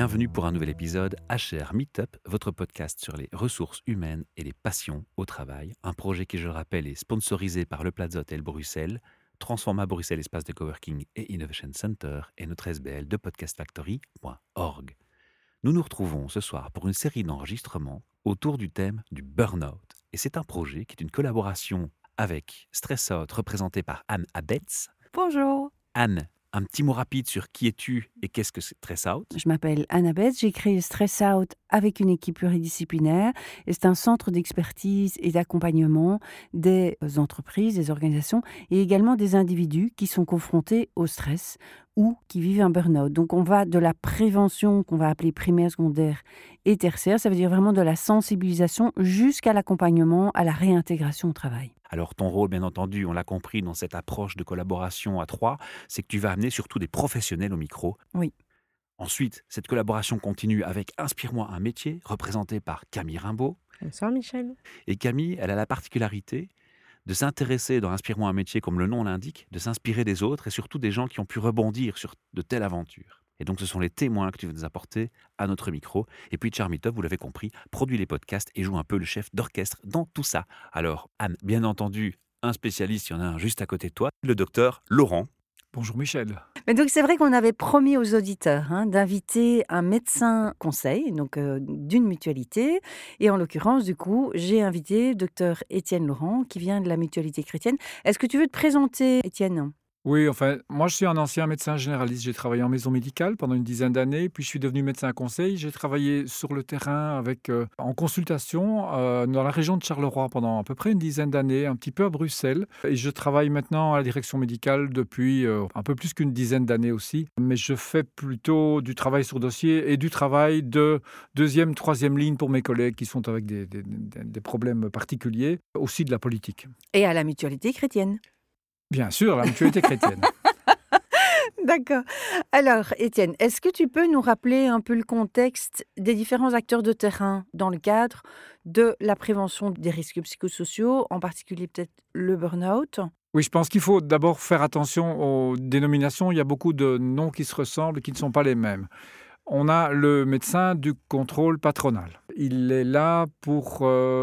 Bienvenue pour un nouvel épisode HR Meetup, votre podcast sur les ressources humaines et les passions au travail. Un projet qui, je le rappelle, est sponsorisé par le Plaza Hotel Bruxelles, Transforma Bruxelles Espace de Coworking et Innovation Center et notre SBL de podcastfactory.org. Nous nous retrouvons ce soir pour une série d'enregistrements autour du thème du burn-out. Et c'est un projet qui est une collaboration avec Stress Out, représenté par Anne Abetz. Bonjour. Anne, un petit mot rapide sur qui es-tu et qu'est-ce que c'est Stress Out? Je m'appelle Anna Betz, j'ai créé Stress Out avec une équipe pluridisciplinaire et c'est un centre d'expertise et d'accompagnement des entreprises, des organisations et également des individus qui sont confrontés au stress ou qui vivent un burn-out. Donc on va de la prévention qu'on va appeler primaire, secondaire et tertiaire, ça veut dire vraiment de la sensibilisation jusqu'à l'accompagnement à la réintégration au travail. Alors ton rôle, bien entendu, on l'a compris dans cette approche de collaboration à trois, c'est que tu vas amener surtout des professionnels au micro. Oui. Ensuite, cette collaboration continue avec Inspire-moi un métier, représenté par Camille Rimbaud. Bonsoir Michel. Et Camille, elle a la particularité de s'intéresser dans Inspire-moi un métier, comme le nom l'indique, de s'inspirer des autres et surtout des gens qui ont pu rebondir sur de telles aventures. Et donc, ce sont les témoins que tu veux nous apporter à notre micro. Et puis, Charmitov, vous l'avez compris, produit les podcasts et joue un peu le chef d'orchestre dans tout ça. Alors, Anne, bien entendu, un spécialiste, il y en a un juste à côté de toi, le docteur Laurent. Bonjour Michel. Mais donc c'est vrai qu'on avait promis aux auditeurs d'inviter un médecin conseil, donc d'une mutualité. Et en l'occurrence, du coup, j'ai invité docteur Étienne Laurent, qui vient de la mutualité chrétienne. Est-ce que tu veux te présenter, Étienne ? Oui, enfin, moi je suis un ancien médecin généraliste. J'ai travaillé en maison médicale pendant une dizaine d'années, puis je suis devenu médecin conseil. J'ai travaillé sur le terrain en consultation dans la région de Charleroi pendant à peu près une dizaine d'années, un petit peu à Bruxelles. Et je travaille maintenant à la direction médicale depuis un peu plus qu'une dizaine d'années aussi. Mais je fais plutôt du travail sur dossier et du travail de deuxième, troisième ligne pour mes collègues qui sont avec des problèmes particuliers, aussi de la politique. Et à la mutualité chrétienne. Bien sûr, la mutualité chrétienne. D'accord. Alors, Étienne, est-ce que tu peux nous rappeler un peu le contexte des différents acteurs de terrain dans le cadre de la prévention des risques psychosociaux, en particulier peut-être le burn-out ? Oui, je pense qu'il faut d'abord faire attention aux dénominations. Il y a beaucoup de noms qui se ressemblent et qui ne sont pas les mêmes. On a le médecin du contrôle patronal. Il est là pour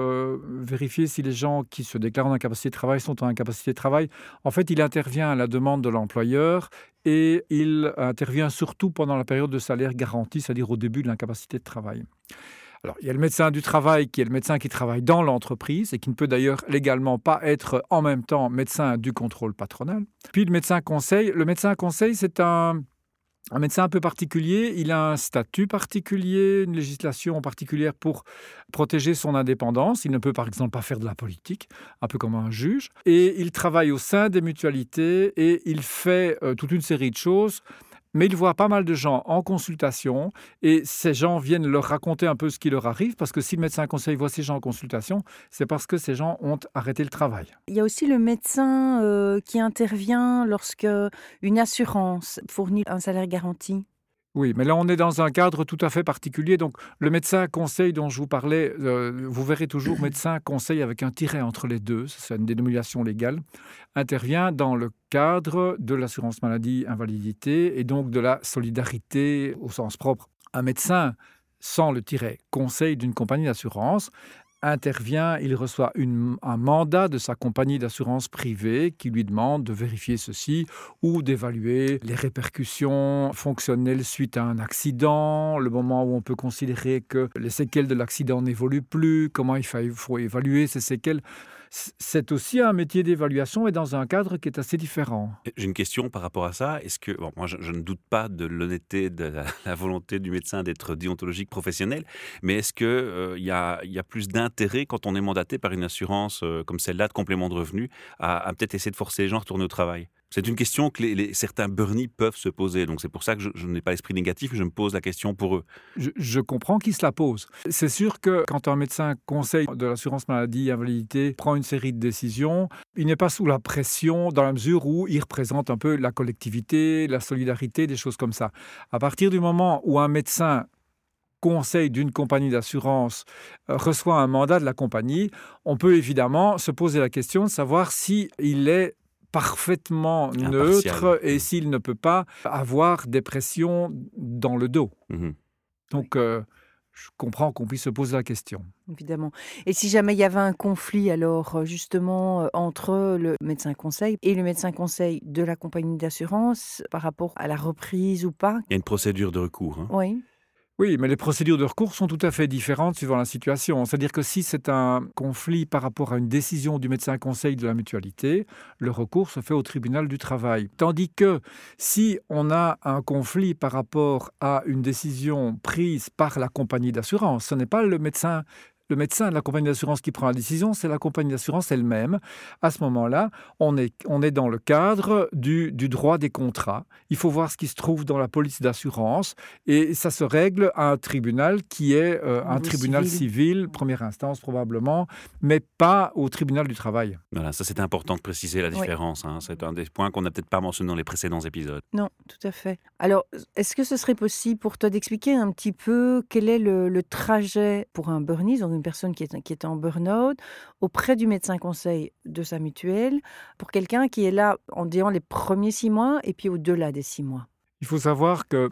vérifier si les gens qui se déclarent en incapacité de travail sont en incapacité de travail. En fait, il intervient à la demande de l'employeur et il intervient surtout pendant la période de salaire garanti, c'est-à-dire au début de l'incapacité de travail. Alors, il y a le médecin du travail qui est le médecin qui travaille dans l'entreprise et qui ne peut d'ailleurs légalement pas être en même temps médecin du contrôle patronal. Puis le médecin conseil. Le médecin conseil, c'est un médecin un peu particulier, il a un statut particulier, une législation particulière pour protéger son indépendance. Il ne peut par exemple pas faire de la politique, un peu comme un juge. Et il travaille au sein des mutualités et il fait toute une série de choses. Mais il voit pas mal de gens en consultation et ces gens viennent leur raconter un peu ce qui leur arrive parce que si le médecin conseil voit ces gens en consultation, c'est parce que ces gens ont arrêté le travail. Il y a aussi le médecin qui intervient lorsque une assurance fournit un salaire garanti. Oui, mais là, on est dans un cadre tout à fait particulier. Donc, le médecin conseil dont je vous parlais, vous verrez toujours médecin conseil avec un tiret entre les deux, c'est une dénomination légale, intervient dans le cadre de l'assurance maladie, invalidité et donc de la solidarité au sens propre. Un médecin sans le tiret conseil d'une compagnie d'assurance intervient, il reçoit un mandat de sa compagnie d'assurance privée qui lui demande de vérifier ceci ou d'évaluer les répercussions fonctionnelles suite à un accident, le moment où on peut considérer que les séquelles de l'accident n'évoluent plus, comment il faut évaluer ces séquelles. C'est aussi un métier d'évaluation et dans un cadre qui est assez différent. J'ai une question par rapport à ça. Est-ce que, moi je ne doute pas de l'honnêteté, de la volonté du médecin d'être déontologique professionnel, mais est-ce qu'il y a plus d'intérêt quand on est mandaté par une assurance comme celle-là de complément de revenus à peut-être essayer de forcer les gens à retourner au travail ? C'est une question que certains burnies peuvent se poser. Donc c'est pour ça que je n'ai pas l'esprit négatif, je me pose la question pour eux. Je comprends qu'ils se la posent. C'est sûr que quand un médecin conseil de l'assurance maladie, invalidité, prend une série de décisions, il n'est pas sous la pression dans la mesure où il représente un peu la collectivité, la solidarité, des choses comme ça. À partir du moment où un médecin conseil d'une compagnie d'assurance reçoit un mandat de la compagnie, on peut évidemment se poser la question de savoir s'il est parfaitement neutre et s'il ne peut pas avoir des pressions dans le dos. Mmh. Donc, je comprends qu'on puisse se poser la question. Évidemment. Et si jamais il y avait un conflit alors, justement, entre le médecin conseil et le médecin conseil de la compagnie d'assurance par rapport à la reprise ou pas? Il y a une procédure de recours, hein. Oui. Oui, mais les procédures de recours sont tout à fait différentes suivant la situation. C'est-à-dire que si c'est un conflit par rapport à une décision du médecin conseil de la mutualité, le recours se fait au tribunal du travail. Tandis que si on a un conflit par rapport à une décision prise par la compagnie d'assurance, ce n'est pas le médecin de la compagnie d'assurance qui prend la décision, c'est la compagnie d'assurance elle-même. À ce moment-là, on est dans le cadre du droit des contrats. Il faut voir ce qui se trouve dans la police d'assurance et ça se règle à un tribunal qui est un Niveau tribunal civil, première instance probablement, mais pas au tribunal du travail. Voilà, ça c'était important de préciser la Oui. différence, hein. C'est un des points qu'on n'a peut-être pas mentionné dans les précédents épisodes. Non, tout à fait. Alors, est-ce que ce serait possible pour toi d'expliquer un petit peu quel est le trajet pour un burn-out, donc une personne qui est en burn-out, auprès du médecin conseil de sa mutuelle, pour quelqu'un qui est là en disant les premiers 6 mois et puis au-delà des 6 mois? Il faut savoir que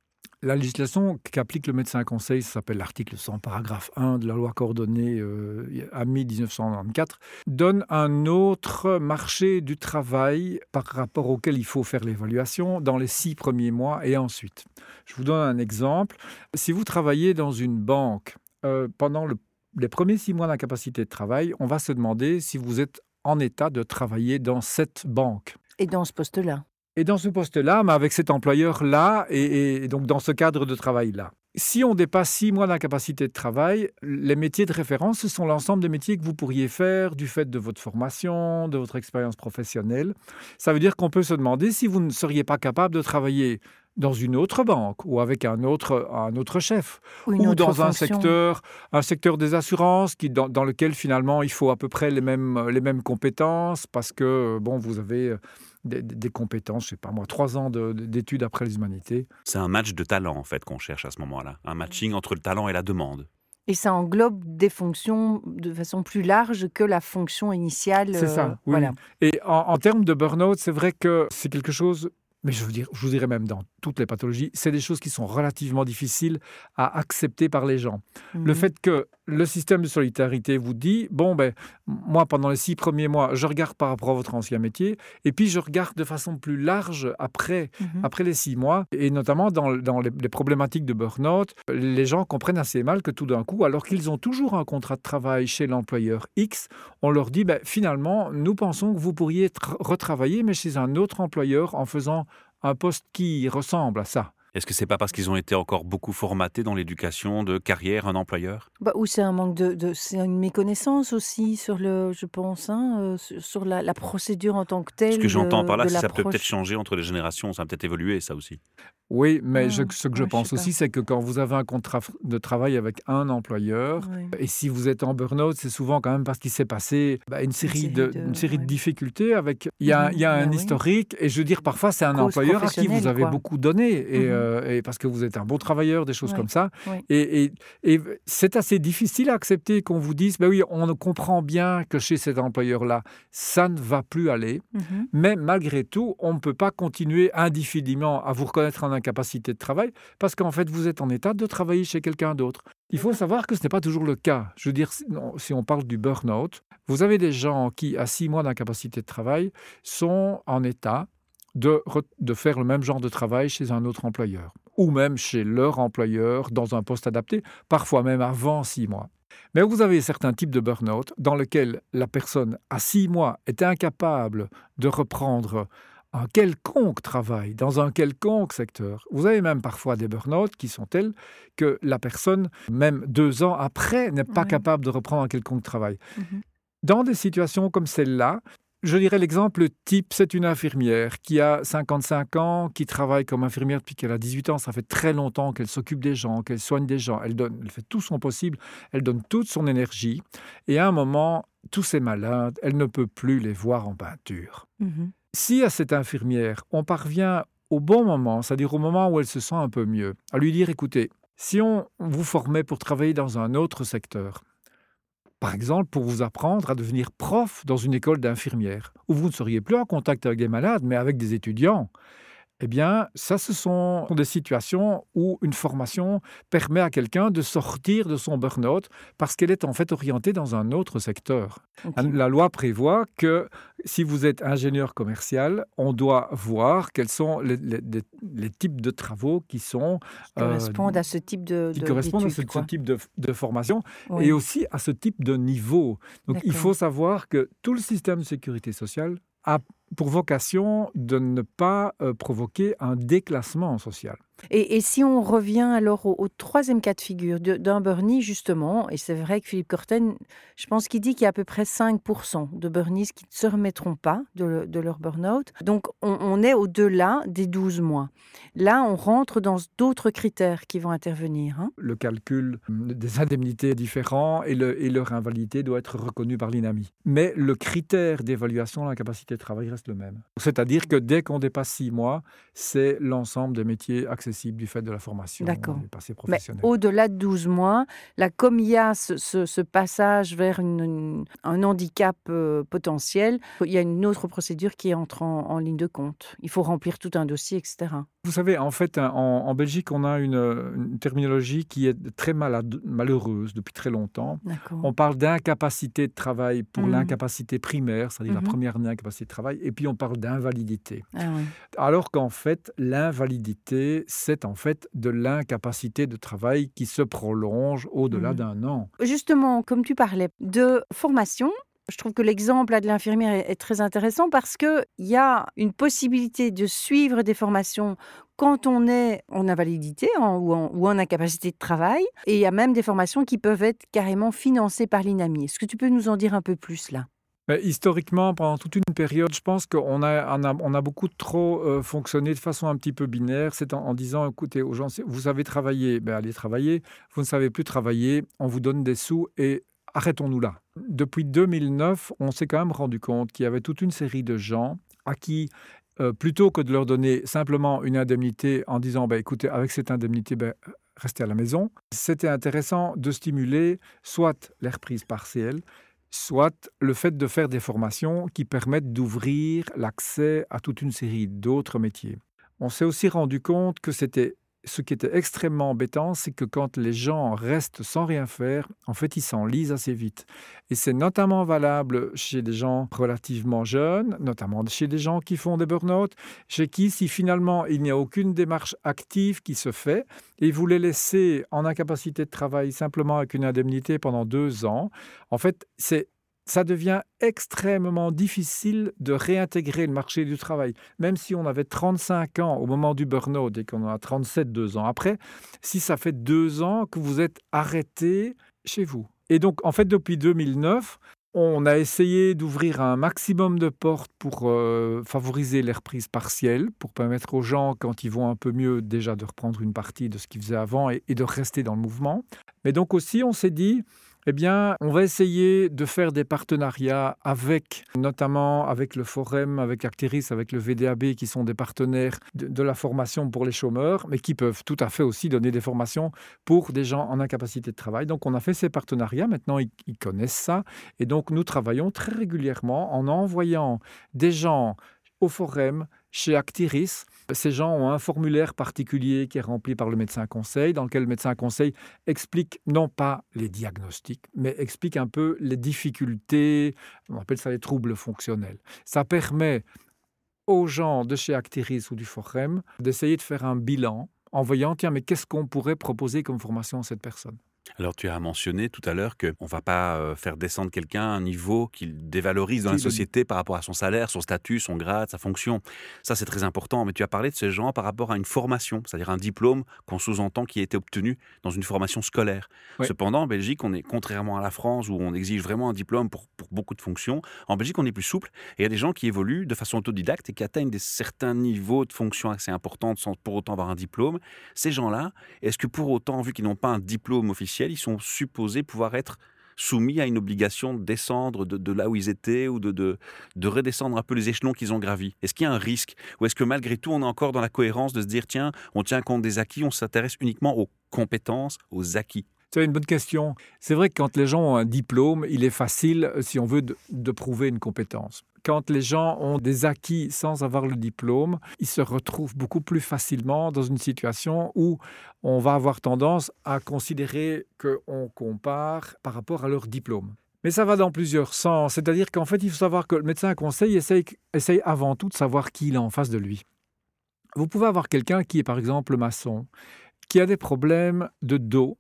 la législation qu'applique le médecin conseil, ça s'appelle l'article 100, paragraphe 1 de la loi coordonnée AMI 1994, donne un autre marché du travail par rapport auquel il faut faire l'évaluation dans les 6 premiers mois et ensuite. Je vous donne un exemple. Si vous travaillez dans une banque pendant les premiers 6 mois d'incapacité de travail, on va se demander si vous êtes en état de travailler dans cette banque. Et dans ce poste-là? Et dans ce poste-là, mais avec cet employeur-là, et donc dans ce cadre de travail-là. Si on dépasse 6 mois d'incapacité de travail, les métiers de référence, ce sont l'ensemble des métiers que vous pourriez faire du fait de votre formation, de votre expérience professionnelle. Ça veut dire qu'on peut se demander si vous ne seriez pas capable de travailler dans une autre banque ou avec un autre chef Ou une ou autre dans un fonction? secteur des assurances dans lequel finalement il faut à peu près les mêmes compétences parce que bon, vous avez des compétences, je sais pas moi, 3 ans d'études après les humanités. C'est un match de talent en fait qu'on cherche à ce moment-là. Un matching entre le talent et la demande. Et ça englobe des fonctions de façon plus large que la fonction initiale, C'est ça, oui. voilà. Et en termes de burn-out, c'est vrai que c'est quelque chose, mais je vous dirais même dans toutes les pathologies, c'est des choses qui sont relativement difficiles à accepter par les gens. Le Mmh. fait que le système de solidarité vous dit, bon, ben, moi, pendant les 6 premiers mois, je regarde par rapport à votre ancien métier, et puis je regarde de façon plus large après, Mmh. après les 6 mois, et notamment dans les problématiques de burn-out, les gens comprennent assez mal que tout d'un coup, alors qu'ils ont toujours un contrat de travail chez l'employeur X, on leur dit, ben, finalement, nous pensons que vous pourriez retravailler, mais chez un autre employeur en faisant un poste qui ressemble à ça. Est-ce que c'est pas parce qu'ils ont été encore beaucoup formatés dans l'éducation de carrière, un employeur? Bah, ou c'est un manque c'est une méconnaissance aussi sur je pense, hein, sur la procédure en tant que Ce telle que j'entends par là, de c'est que ça peut peut-être l'approche. changer entre les générations, ça a peut-être évolué ça aussi. Oui, mais Mmh. ce que je Ouais, je pense sais pas. aussi, c'est que quand vous avez un contrat de travail avec un employeur, Oui. et si vous êtes en burn-out, c'est souvent quand même parce qu'il s'est passé une série de Ouais. difficultés avec. Il Mmh. y a un Bah oui. historique, et je veux dire, parfois, c'est un Cause employeur à qui vous professionnelle, avez quoi. beaucoup donné, Mmh. et parce que vous êtes un bon travailleur, des choses Oui. comme ça. Oui. Et c'est assez difficile à accepter qu'on vous dise, ben oui, on comprend bien que chez cet employeur-là, ça ne va plus aller. Mmh. Mais malgré tout, on ne peut pas continuer indéfiniment à vous reconnaître en incapacité de travail parce qu'en fait, vous êtes en état de travailler chez quelqu'un d'autre. Il faut savoir que ce n'est pas toujours le cas. Je veux dire, si on parle du burn-out, vous avez des gens qui, à 6 mois d'incapacité de travail, sont en état de faire le même genre de travail chez un autre employeur ou même chez leur employeur dans un poste adapté, parfois même avant 6 mois. Mais vous avez certains types de burn-out dans lesquels la personne, à 6 mois, est incapable de reprendre un quelconque travail dans un quelconque secteur. Vous avez même parfois des burn-out qui sont tels que la personne, même 2 ans après, n'est pas Oui. capable de reprendre un quelconque travail. Mmh. Dans des situations comme celle-là, je dirais l'exemple type, c'est une infirmière qui a 55 ans, qui travaille comme infirmière depuis qu'elle a 18 ans. Ça fait très longtemps qu'elle s'occupe des gens, qu'elle soigne des gens. Elle fait tout son possible, elle donne toute son énergie. Et à un moment, tous ces malades, elle ne peut plus les voir en peinture. Mmh. Si à cette infirmière, on parvient au bon moment, c'est-à-dire au moment où elle se sent un peu mieux, à lui dire, écoutez, si on vous formait pour travailler dans un autre secteur, par exemple, pour vous apprendre à devenir prof dans une école d'infirmières, où vous ne seriez plus en contact avec des malades, mais avec des étudiants. Eh bien, ça, ce sont des situations où une formation permet à quelqu'un de sortir de son burn-out parce qu'elle est en fait orientée dans un autre secteur. OK. La loi prévoit que si vous êtes ingénieur commercial, on doit voir quels sont les types de travaux qui sont Correspondent à ce type qui correspondent à ce d'études, quoi. type de formation et Oui, aussi à ce type de niveau. Donc, il d'accord. faut savoir que tout le système de sécurité sociale a pour vocation de ne pas provoquer un déclassement social. Et si on revient alors au 3e cas de figure d'un burn-out justement, et c'est vrai que Philippe Corten, je pense qu'il dit qu'il y a à peu près 5 de burn-outs qui ne se remettront pas de leur burn-out. Donc on est au-delà des 12 mois. Là, on rentre dans d'autres critères qui vont intervenir, hein. Le calcul des indemnités est différent et leur invalidité doit être reconnue par l'INAMI. Mais le critère d'évaluation de l'incapacité de travail reste le même. C'est-à-dire que dès qu'on dépasse 6 mois, c'est l'ensemble des métiers accessibles du fait de la formation D'accord. du passé Mais professionnel. au-delà de 12 mois, là, comme il y a ce passage vers un handicap potentiel, il y a une autre procédure qui entre en ligne de compte. Il faut remplir tout un dossier, etc. Vous savez, en fait, en Belgique, on a une terminologie qui est très malheureuse depuis très longtemps. D'accord. On parle d'incapacité de travail pour Mhm. l'incapacité primaire, c'est-à-dire la Mhm. première incapacité de travail, et puis on parle d'invalidité. Ah oui. Alors qu'en fait, l'invalidité, c'est en fait de l'incapacité de travail qui se prolonge au-delà Mhm. d'un an. Justement, comme tu parlais de formation, je trouve que l'exemple là, de l'infirmière est très intéressant parce qu'il y a une possibilité de suivre des formations quand on est en invalidité ou en incapacité de travail. Et il y a même des formations qui peuvent être carrément financées par l'INAMI. Est-ce que tu peux nous en dire un peu plus là? Mais historiquement, pendant toute une période, je pense qu'on a beaucoup trop fonctionné de façon un petit peu binaire. C'est en disant, écoutez, aux gens, vous savez travailler, ben allez travailler. Vous ne savez plus travailler, on vous donne des sous et arrêtons-nous là. Depuis 2009, on s'est quand même rendu compte qu'il y avait toute une série de gens à qui, plutôt que de leur donner simplement une indemnité en disant, ben, écoutez, avec cette indemnité, ben, restez à la maison, c'était intéressant de stimuler soit les reprises partielles, soit le fait de faire des formations qui permettent d'ouvrir l'accès à toute une série d'autres métiers. On s'est aussi rendu compte que ce qui était extrêmement embêtant, c'est que quand les gens restent sans rien faire, en fait, ils s'enlisent assez vite. Et c'est notamment valable chez des gens relativement jeunes, notamment chez des gens qui font des burn-out, chez qui, si finalement il n'y a aucune démarche active qui se fait, et vous les laissez en incapacité de travail simplement avec une indemnité pendant 2 ans, en fait, ça devient extrêmement difficile de réintégrer le marché du travail. Même si on avait 35 ans au moment du burn-out et qu'on en a 37 2 ans après, si ça fait 2 ans que vous êtes arrêté chez vous. Et donc, en fait, depuis 2009, on a essayé d'ouvrir un maximum de portes pour favoriser les reprises partielles, pour permettre aux gens, quand ils vont un peu mieux, déjà de reprendre une partie de ce qu'ils faisaient avant et de rester dans le mouvement. Mais donc aussi, on s'est dit, eh bien, on va essayer de faire des partenariats notamment avec le Forum, avec Actiris, avec le VDAB, qui sont des partenaires de la formation pour les chômeurs, mais qui peuvent tout à fait aussi donner des formations pour des gens en incapacité de travail. Donc, on a fait ces partenariats. Maintenant, ils connaissent ça. Et donc, nous travaillons très régulièrement en envoyant des gens au Forum, chez Actiris. Ces gens ont un formulaire particulier qui est rempli par le médecin conseil, dans lequel le médecin conseil explique non pas les diagnostics, mais explique un peu les difficultés, on appelle ça les troubles fonctionnels. Ça permet aux gens de chez Actiris ou du Forum d'essayer de faire un bilan en voyant, tiens, mais qu'est-ce qu'on pourrait proposer comme formation à cette personne ? Alors, tu as mentionné tout à l'heure qu'on ne va pas faire descendre quelqu'un à un niveau qu'il dévalorise dans la société par rapport à son salaire, son statut, son grade, sa fonction. Ça, c'est très important. Mais tu as parlé de ces gens par rapport à une formation, c'est-à-dire un diplôme qu'on sous-entend qui a été obtenu dans une formation scolaire. Oui. Cependant, en Belgique, on est, contrairement à la France où on exige vraiment un diplôme pour beaucoup de fonctions, en Belgique, on est plus souple. Et il y a des gens qui évoluent de façon autodidacte et qui atteignent certains niveaux de fonctions assez importantes sans pour autant avoir un diplôme. Ces gens-là, est-ce que pour autant, vu qu'ils n'ont pas un diplôme officiel, ils sont supposés pouvoir être soumis à une obligation de descendre de là où ils étaient ou de redescendre un peu les échelons qu'ils ont gravis? Est-ce qu'il y a un risque? Ou est-ce que malgré tout, on est encore dans la cohérence de se dire, tiens, on tient compte des acquis, on s'intéresse uniquement aux compétences, aux acquis? C'est une bonne question. C'est vrai que quand les gens ont un diplôme, il est facile, si on veut, de prouver une compétence. Quand les gens ont des acquis sans avoir le diplôme, ils se retrouvent beaucoup plus facilement dans une situation où on va avoir tendance à considérer qu'on compare par rapport à leur diplôme. Mais ça va dans plusieurs sens. C'est-à-dire qu'en fait, il faut savoir que le médecin conseil essaye avant tout de savoir qui il a en face de lui. Vous pouvez avoir quelqu'un qui est par exemple maçon, qui a des problèmes de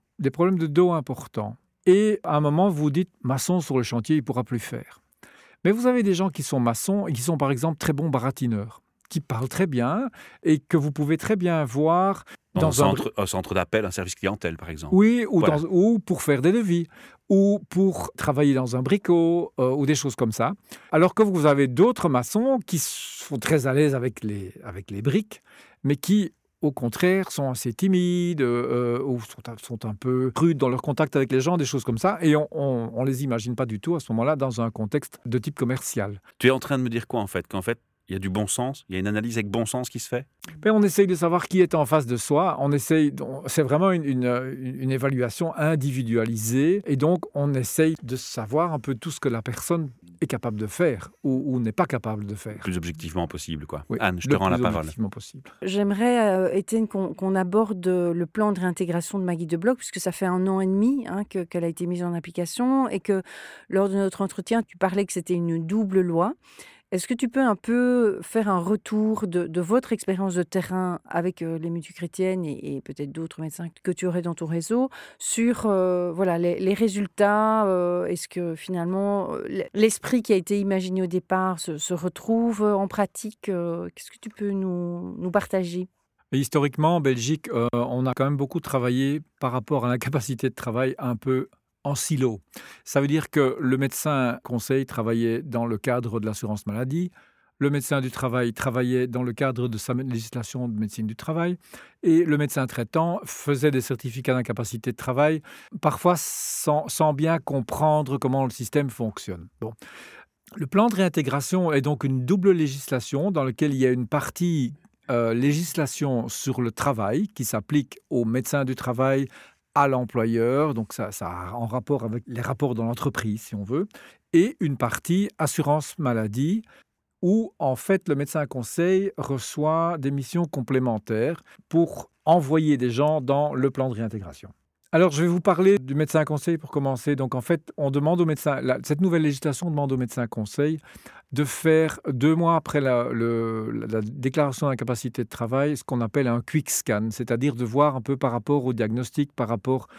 dos importants. Et à un moment, vous vous dites, maçon sur le chantier, il ne pourra plus faire. Mais vous avez des gens qui sont maçons et qui sont par exemple très bons baratineurs, qui parlent très bien et que vous pouvez très bien voir dans un centre d'appel, un service clientèle par exemple. Oui, Voilà. ou pour faire des devis, ou pour travailler dans un bricot, ou des choses comme ça. Alors que vous avez d'autres maçons qui sont très à l'aise avec les briques, mais qui, au contraire, sont assez timides, ou sont un peu rudes dans leur contact avec les gens, des choses comme ça. Et on les imagine pas du tout à ce moment-là dans un contexte de type commercial. Tu es en train de me dire quoi en fait? Qu'en fait, il y a du bon sens, il y a une analyse avec bon sens qui se fait? Mais on essaye de savoir qui est en face de soi. C'est vraiment une évaluation individualisée. Et donc, on essaye de savoir un peu tout ce que la personne est capable de faire ou n'est pas capable de faire. Le plus objectivement possible, quoi. Oui, Anne, je te rends la le plus parole. objectivement possible. J'aimerais, Étienne, qu'on aborde le plan de réintégration de Maggie de Bloch, puisque ça fait 1 an et demi qu'elle a été mise en application et que lors de notre entretien, tu parlais que c'était une double loi. Est-ce que tu peux un peu faire un retour de votre expérience de terrain avec les Mutues chrétiennes et peut-être d'autres médecins que tu aurais dans ton réseau sur voilà, les résultats? Est-ce que finalement l'esprit qui a été imaginé au départ se retrouve en pratique? Qu'est-ce que tu peux nous partager? Et historiquement, en Belgique, on a quand même beaucoup travaillé par rapport à l'incapacité de travail un peu en silo. Ça veut dire que le médecin conseil travaillait dans le cadre de l'assurance maladie, le médecin du travail travaillait dans le cadre de sa législation de médecine du travail et le médecin traitant faisait des certificats d'incapacité de travail, parfois sans bien comprendre comment le système fonctionne. Bon. Le plan de réintégration est donc une double législation dans laquelle il y a une partie législation sur le travail qui s'applique aux médecins du travail, à l'employeur, donc ça a en rapport avec les rapports dans l'entreprise, si on veut, et une partie assurance maladie, où en fait le médecin conseil reçoit des missions complémentaires pour envoyer des gens dans le plan de réintégration. Alors, je vais vous parler du médecin conseil pour commencer. Donc, en fait, on demande au médecin, cette nouvelle législation demande au médecin conseil de faire 2 mois après la déclaration d'incapacité de travail ce qu'on appelle un quick scan, c'est-à-dire de voir un peu par rapport au diagnostic, par rapport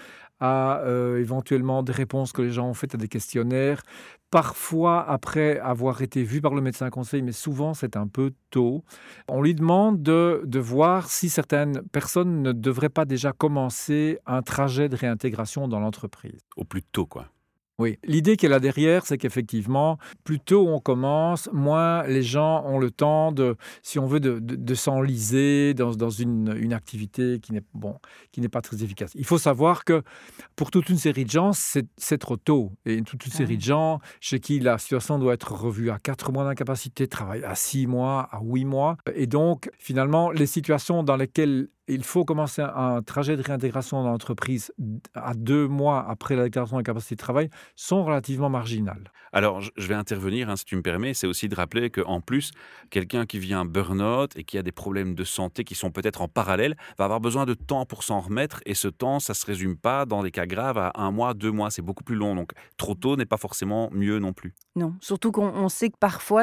à éventuellement des réponses que les gens ont faites à des questionnaires, parfois après avoir été vu par le médecin conseil, mais souvent c'est un peu tôt. On lui demande de voir si certaines personnes ne devraient pas déjà commencer un trajet de réintégration dans l'entreprise. Au plus tôt, quoi. Oui, l'idée qu'il y a là derrière, c'est qu'effectivement, plus tôt on commence, moins les gens ont le temps si on veut, de s'enliser dans une activité qui n'est pas très efficace. Il faut savoir que pour toute une série de gens, c'est trop tôt. Et toute une série de gens chez qui la situation doit être revue à 4 mois d'incapacité de travail, à 6 mois, à 8 mois. Et donc, finalement, les situations dans lesquelles il faut commencer un trajet de réintégration dans l'entreprise à 2 mois après la déclaration d'incapacité de travail sont relativement marginales. Alors, je vais intervenir, si tu me permets, c'est aussi de rappeler qu'en plus, quelqu'un qui vit un burn-out et qui a des problèmes de santé qui sont peut-être en parallèle, va avoir besoin de temps pour s'en remettre et ce temps, ça ne se résume pas dans des cas graves à 1 mois, 2 mois, c'est beaucoup plus long. Donc, trop tôt n'est pas forcément mieux non plus. Non, surtout qu'on sait que parfois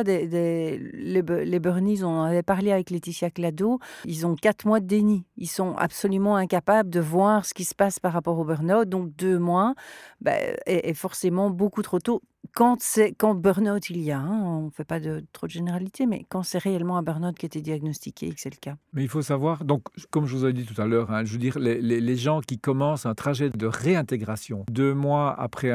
les burnies, on en avait parlé avec Laetitia Clado, ils ont 4 mois de déni. Ils sont absolument incapables de voir ce qui se passe par rapport au burn-out. Donc 2 mois est forcément beaucoup trop tôt. Quand burn-out il y a, on ne fait pas trop de généralité, mais quand c'est réellement un burn-out qui a été diagnostiqué et que c'est le cas. Mais il faut savoir, donc, comme je vous ai dit tout à l'heure, je veux dire, les gens qui commencent un trajet de réintégration 2 mois après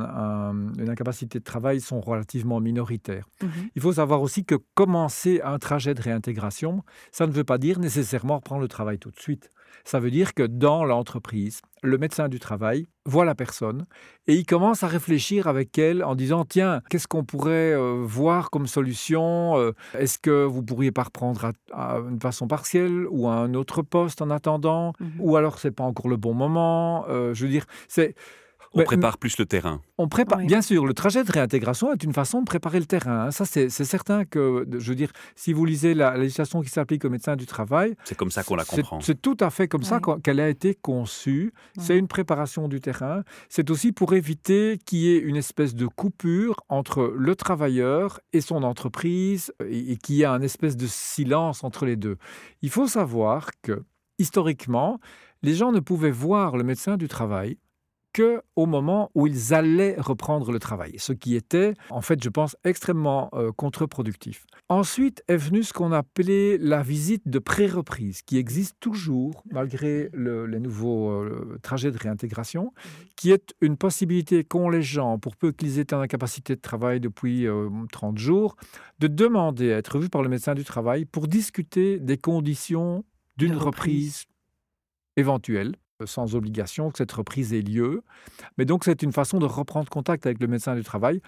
une incapacité de travail sont relativement minoritaires. Il faut savoir aussi que commencer un trajet de réintégration, ça ne veut pas dire nécessairement reprendre le travail tout de suite. Ça veut dire que dans l'entreprise, le médecin du travail voit la personne et il commence à réfléchir avec elle en disant: «Tiens, qu'est-ce qu'on pourrait, voir comme solution? Est-ce que vous pourriez pas reprendre à une façon partielle ou à un autre poste en attendant? Mmh. Ou alors c'est pas encore le bon moment?» Je veux dire, c'est On mais prépare plus le terrain. on prépare, Oui. bien sûr, le trajet de réintégration est une façon de préparer le terrain, hein. Ça, c'est certain que, je veux dire, si vous lisez la législation qui s'applique aux médecins du travail, C'est comme ça qu'on la c'est comprend. c'est tout à fait comme ça Oui. qu'elle a été conçue. C'est Oui. une préparation du terrain. C'est aussi pour éviter qu'il y ait une espèce de coupure entre le travailleur et son entreprise et qu'il y ait un espèce de silence entre les deux. Il faut savoir que, historiquement, les gens ne pouvaient voir le médecin du travail qu'au moment où ils allaient reprendre le travail, ce qui était, en fait, je pense, extrêmement contre-productif. Ensuite est venu ce qu'on appelait la visite de pré-reprise, qui existe toujours, malgré les nouveaux trajets de réintégration, qui est une possibilité qu'ont les gens, pour peu qu'ils aient une incapacité de travail depuis 30 jours, de demander à être vus par le médecin du travail pour discuter des conditions d'une De reprise. reprise éventuelle, sans obligation que cette reprise ait lieu. Mais donc, c'est une façon de reprendre contact avec le médecin du travail.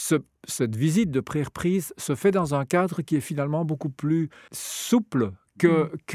Cette visite de pré-reprise se fait dans un cadre qui est finalement beaucoup plus souple que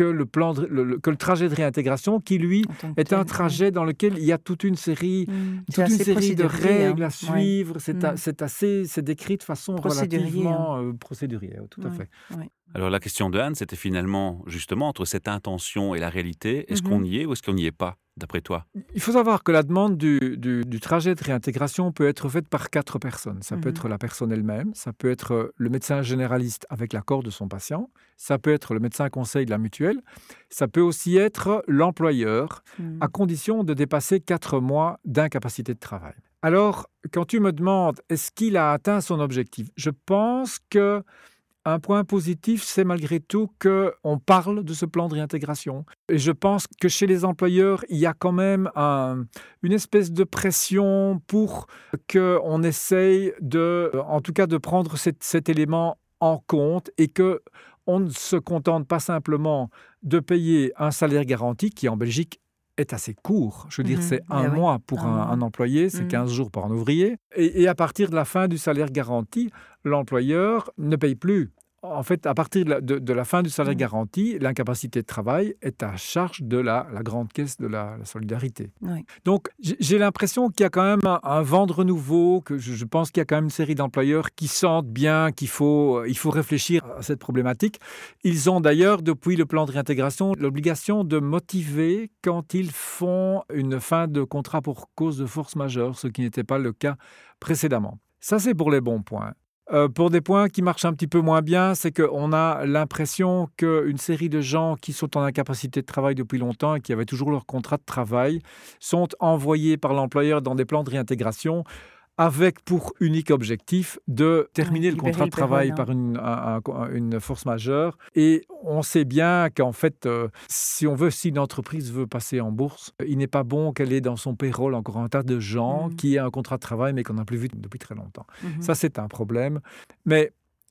le trajet de réintégration, qui, lui, En tant que est un tel, oui. trajet dans lequel il y a toute une série C'est assez de procédurier, hein. règles à Ouais. suivre. Mm. C'est décrit de façon Procédurier, relativement procédurière, tout à Ouais. fait. Ouais. Alors la question de Anne, c'était finalement justement entre cette intention et la réalité, est-ce qu'on Mhm. y est ou est-ce qu'on n'y est pas, d'après toi? Il faut savoir que la demande du trajet de réintégration peut être faite par 4 personnes. Ça peut Mhm. être la personne elle-même, ça peut être le médecin généraliste avec l'accord de son patient, ça peut être le médecin conseil de la mutuelle, ça peut aussi être l'employeur, Mm. à condition de dépasser 4 mois d'incapacité de travail. Alors, quand tu me demandes est-ce qu'il a atteint son objectif, je pense que un point positif, c'est malgré tout qu'on parle de ce plan de réintégration. Et je pense que chez les employeurs, il y a quand même une espèce de pression pour qu'on essaye en tout cas, de prendre cet élément en compte et qu'on ne se contente pas simplement de payer un salaire garanti qui, en Belgique, est assez court. Je veux dire, Mhm. c'est un Eh oui, mois pour un mois. un employé, c'est Mm. 15 jours par un ouvrier. Et à partir de la fin du salaire garanti, l'employeur ne paye plus. En fait, à partir de la fin du salaire Mm. garanti, l'incapacité de travail est à charge de la grande caisse de la solidarité. Oui. Donc, j'ai l'impression qu'il y a quand même un vent de renouveau, que je pense qu'il y a quand même une série d'employeurs qui sentent bien qu'il faut réfléchir à cette problématique. Ils ont d'ailleurs, depuis le plan de réintégration, l'obligation de motiver quand ils font une fin de contrat pour cause de force majeure, ce qui n'était pas le cas précédemment. Ça, c'est pour les bons points. Pour des points qui marchent un petit peu moins bien, c'est qu'on a l'impression qu'une série de gens qui sont en incapacité de travail depuis longtemps et qui avaient toujours leur contrat de travail sont envoyés par l'employeur dans des plans de réintégration avec pour unique objectif de terminer Ouais, le libérer contrat de le travail payroll, par une force majeure. Et on sait bien qu'en fait, si une entreprise veut passer en bourse, il n'est pas bon qu'elle ait dans son payroll encore un tas de gens qui aient un contrat de travail mais qu'on n'a plus vu depuis très longtemps. Mhm. Ça, c'est un problème. Mais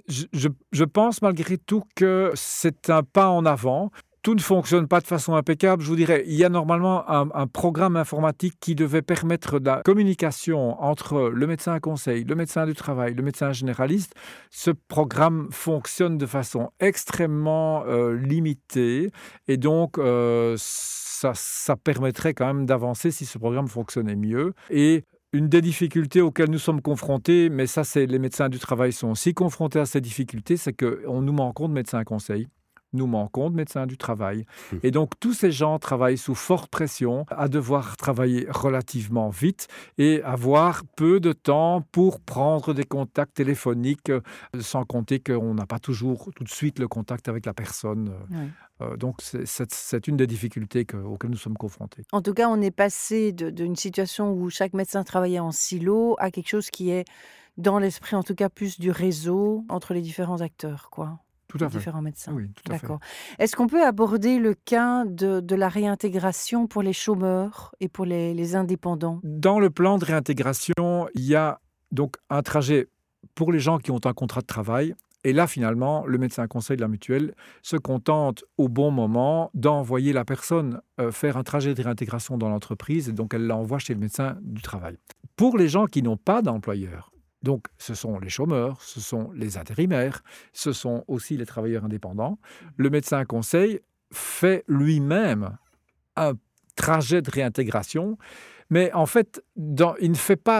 je pense malgré tout que c'est un pas en avant. Tout ne fonctionne pas de façon impeccable. Je vous dirais, il y a normalement un programme informatique qui devait permettre la communication entre le médecin conseil, le médecin du travail, le médecin généraliste. Ce programme fonctionne de façon extrêmement limitée et donc ça permettrait quand même d'avancer si ce programme fonctionnait mieux. Et une des difficultés auxquelles nous sommes confrontés, mais ça, les médecins du travail sont aussi confrontés à ces difficultés, c'est qu'on nous manquons de médecins conseils. Nous manquons de médecins du travail. Et donc, tous ces gens travaillent sous forte pression, à devoir travailler relativement vite et avoir peu de temps pour prendre des contacts téléphoniques, sans compter qu'on n'a pas toujours tout de suite le contact avec la personne. Oui. Donc, c'est une des difficultés auxquelles nous sommes confrontés. En tout cas, on est passé d'une situation où chaque médecin travaillait en silo à quelque chose qui est dans l'esprit, en tout cas, plus du réseau entre les différents acteurs, quoi. Tout à Les fait. différents médecins. Oui, tout à fait. D'accord. Est-ce qu'on peut aborder le cas de la réintégration pour les chômeurs et pour les indépendants? Dans le plan de réintégration, il y a donc un trajet pour les gens qui ont un contrat de travail Et là, finalement, le médecin conseil de la mutuelle se contente au bon moment d'envoyer la personne faire un trajet de réintégration dans l'entreprise, et donc elle l'envoie chez le médecin du travail. Pour les gens qui n'ont pas d'employeur, donc ce sont les chômeurs, ce sont les intérimaires, ce sont aussi les travailleurs indépendants, le médecin conseil fait lui-même un trajet de réintégration, mais en fait, il ne fait pas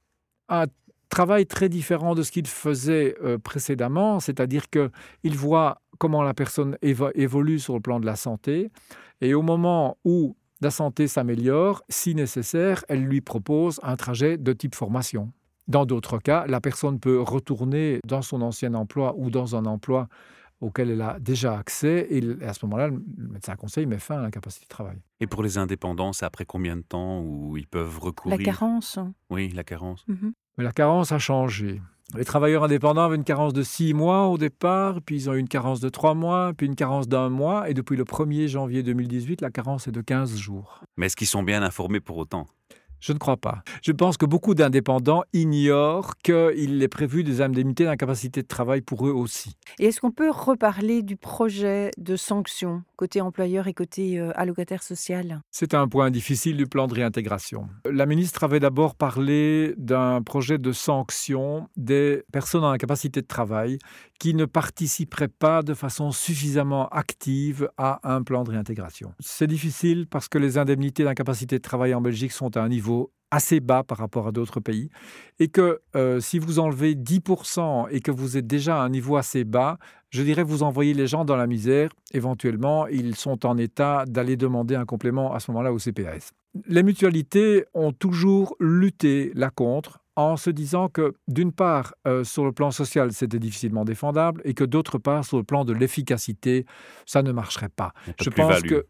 un travail très différent de ce qu'il faisait précédemment, c'est-à-dire qu'il voit comment la personne évolue sur le plan de la santé, et au moment où la santé s'améliore, si nécessaire, elle lui propose un trajet de type formation. Dans d'autres cas, la personne peut retourner dans son ancien emploi ou dans un emploi auquel elle a déjà accès, et à ce moment-là, le médecin conseil met fin à l'incapacité de travail. Et pour les indépendants, c'est après combien de temps où ils peuvent recourir? La carence. Oui, la carence. Mais la carence a changé. Les travailleurs indépendants avaient une carence de 6 mois au départ, puis ils ont eu une carence de 3 mois, puis une carence d'1 mois, et depuis le 1er janvier 2018, la carence est de 15 jours. Mais est-ce qu'ils sont bien informés pour autant? Je ne crois pas. Je pense que beaucoup d'indépendants ignorent qu'il est prévu des indemnités d'incapacité de travail pour eux aussi. Et est-ce qu'on peut reparler du projet de sanction côté employeur et côté allocataire social? C'est un point difficile du plan de réintégration. La ministre avait d'abord parlé d'un projet de sanction des personnes en incapacité de travail qui ne participeraient pas de façon suffisamment active à un plan de réintégration. C'est difficile parce que les indemnités d'incapacité de travail en Belgique sont à un niveau assez bas par rapport à d'autres pays, et que si vous enlevez 10% et que vous êtes déjà à un niveau assez bas, je dirais vous envoyez les gens dans la misère. Éventuellement, ils sont en état d'aller demander un complément à ce moment-là au CPAS. Les mutualités ont toujours lutté là contre, en se disant que, d'une part, sur le plan social, c'était difficilement défendable, et que, d'autre part, sur le plan de l'efficacité, ça ne marcherait pas. Je pense que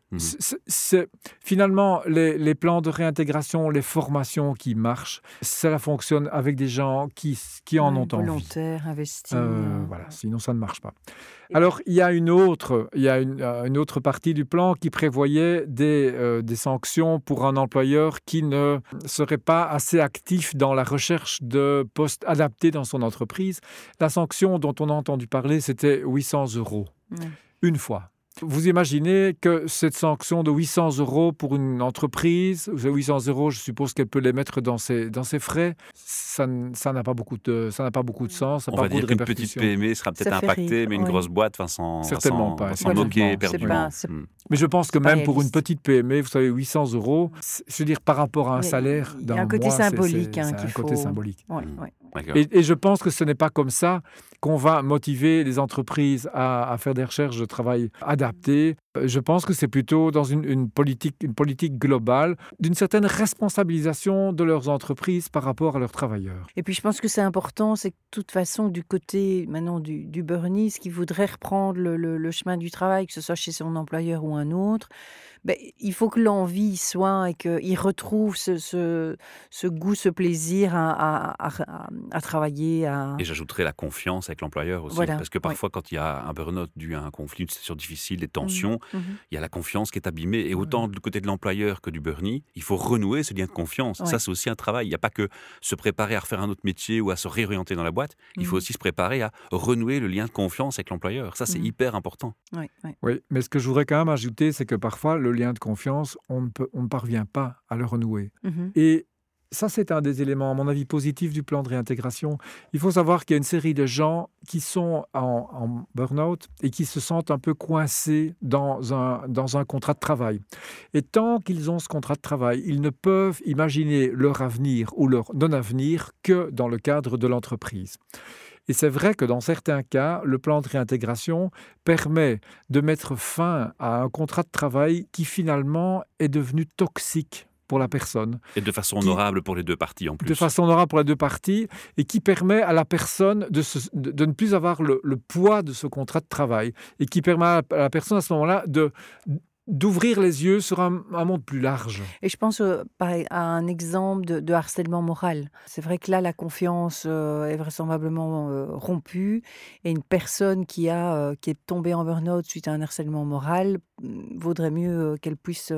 finalement, les plans de réintégration, les formations qui marchent, cela fonctionne avec des gens qui en ont envie. Volontaires, investis. Voilà, sinon ça ne marche pas. Alors, il y a une autre partie du plan qui prévoyait des sanctions pour un employeur qui ne serait pas assez actif dans la recherche de postes adaptés dans son entreprise. La sanction dont on a entendu parler, c'était 800 €, une fois. Vous imaginez que cette sanction de 800 € pour une entreprise, 800 €, je suppose qu'elle peut les mettre dans ses frais, ça n'a pas beaucoup de sens. On va dire qu'une petite PME sera peut-être impactée, mais une grosse boîte va s'en moquer éperdument. Mais je pense que même pour une petite PME, vous savez, 800 €, je veux dire, par rapport à un salaire d'un mois, il y a un côté symbolique. C'est un côté symbolique. Et je pense que ce n'est pas comme ça qu'on va motiver les entreprises à faire des recherches de travail adaptées. Je pense que c'est plutôt dans une politique globale d'une certaine responsabilisation de leurs entreprises par rapport à leurs travailleurs. Et puis je pense que c'est important, c'est que de toute façon du côté maintenant du Bernese qui voudrait reprendre le chemin du travail, que ce soit chez son employeur ou un autre, il faut que l'envie y soit et qu'il retrouve ce goût, ce plaisir à travailler. Et j'ajouterais la confiance avec l'employeur aussi, parce que parfois quand il y a un burn-out dû à un conflit, une situation difficile, des tensions, il y a la confiance qui est abîmée, et autant du côté de l'employeur que du burn-out, il faut renouer ce lien de confiance. Ça, c'est aussi un travail. Il n'y a pas que se préparer à refaire un autre métier ou à se réorienter dans la boîte, il faut aussi se préparer à renouer le lien de confiance avec l'employeur. Ça, c'est hyper important. Oui, mais ce que je voudrais quand même ajouter, c'est que parfois, le lien de confiance, on ne parvient pas à le renouer. Et ça, c'est un des éléments, à mon avis, positifs du plan de réintégration. Il faut savoir qu'il y a une série de gens qui sont en burn-out et qui se sentent un peu coincés dans un contrat de travail. Et tant qu'ils ont ce contrat de travail, ils ne peuvent imaginer leur avenir ou leur non-avenir que dans le cadre de l'entreprise. Et c'est vrai que dans certains cas, le plan de réintégration permet de mettre fin à un contrat de travail qui finalement est devenu toxique pour la personne. Et de façon honorable pour les deux parties en plus. De façon honorable pour les deux parties, et qui permet à la personne de ne plus avoir le poids de ce contrat de travail, et qui permet à la personne à ce moment-là d'ouvrir les yeux sur un monde plus large. Et je pense à un exemple de harcèlement moral. C'est vrai que là, la confiance est vraisemblablement rompue, et une personne qui est tombée en burn-out suite à un harcèlement moral, vaudrait mieux qu'elle puisse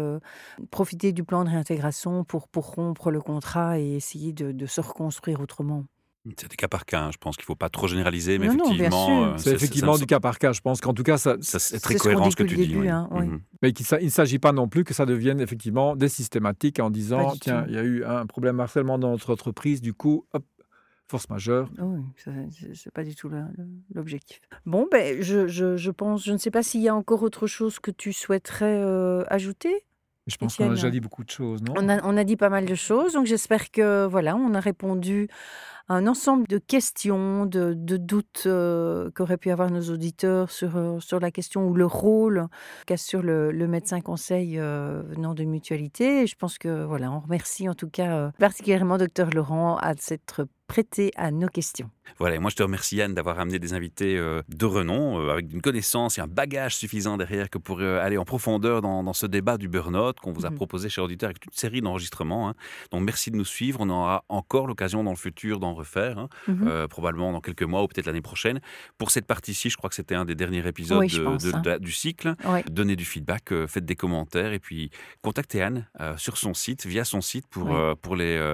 profiter du plan de réintégration pour rompre le contrat et essayer de se reconstruire autrement. C'est des cas par cas, hein. Je pense qu'il ne faut pas trop généraliser, mais Non, non, bien effectivement, sûr. C'est effectivement du cas par cas. Je pense qu'en tout cas, c'est très C'est ce qu'on cohérent dit ce que depuis tu le dis. début, Oui. hein, oui. Mhm. mais il ne s'agit pas non plus que ça devienne effectivement des systématiques en Pas disant, du tiens, tout. il y a eu un problème harcèlement dans notre entreprise, du coup, hop, force majeure. Oui, c'est pas du tout l'objectif. Bon, ben, je pense, je ne sais pas s'il y a encore autre chose que tu souhaiterais ajouter, Je pense qu'on a déjà Étienne. dit beaucoup de choses, non? On a dit pas mal de choses, donc j'espère que voilà, on a répondu à un ensemble de questions, de doutes qu'auraient pu avoir nos auditeurs sur la question ou le rôle qu'assure le médecin conseil venant d'une mutualité. Et je pense que voilà, on remercie en tout cas particulièrement Docteur Laurent à s'être prêté à nos questions. Voilà, et moi je te remercie Yann d'avoir amené des invités de renom, avec une connaissance et un bagage suffisant derrière que pour aller en profondeur dans ce débat du burn-out qu'on vous a Mhm. proposé, chers auditeurs, avec toute une série d'enregistrements, hein. Donc merci de nous suivre, on aura encore l'occasion dans le futur d'en refaire, hein, Mhm. probablement dans quelques mois ou peut-être l'année prochaine. Pour cette partie-ci, je crois que c'était un des derniers épisodes Oui, je pense, hein. du cycle. Oui. Donnez du feedback, faites des commentaires et puis contactez Anne sur son site, via son site pour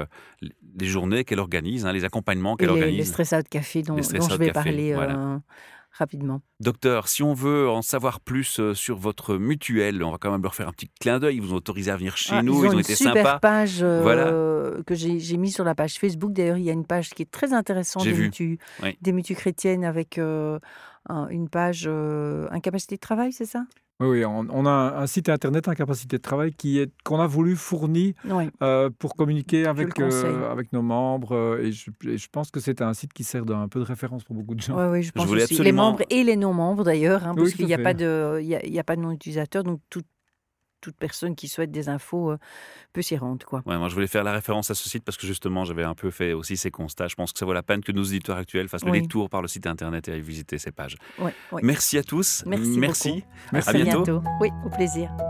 les journées qu'elle organise, hein, les accompagnements Et qu'elle les organise. stress out café Les dont stress je out vais café, parler voilà. rapidement. Docteur, si on veut en savoir plus sur votre mutuelle, on va quand même leur faire un petit clin d'œil. Ils vous ont autorisé à venir chez Ah, nous, ils ont ils ont une été super sympas. page Voilà, que j'ai mis sur la page Facebook. D'ailleurs, il y a une page qui est très intéressante j'ai vu. Oui. des mutues chrétiennes avec une page incapacité de travail, c'est ça? Oui, oui, on a un site internet, Incapacité de travail, qu'on a voulu fournir Oui, pour communiquer je le conseille. avec nos membres. Et je pense que c'est un site qui sert d'un peu de référence pour beaucoup de gens. Oui, oui, je Je pense voulais aussi. Les absolument. membres et les non-membres d'ailleurs, hein, Oui, parce tout qu'il à n'y a fait. pas il y a pas de non-utilisateur, donc toute personne qui souhaite des infos peut s'y rendre, quoi. Ouais, moi, je voulais faire la référence à ce site parce que justement, j'avais un peu fait aussi ces constats. Je pense que ça vaut la peine que nos éditeurs actuels fassent le Oui, détour par le site internet et aillent visiter ces pages. oui, oui. Merci à tous. Merci beaucoup. Merci. À À très bientôt. bientôt. Oui, au plaisir.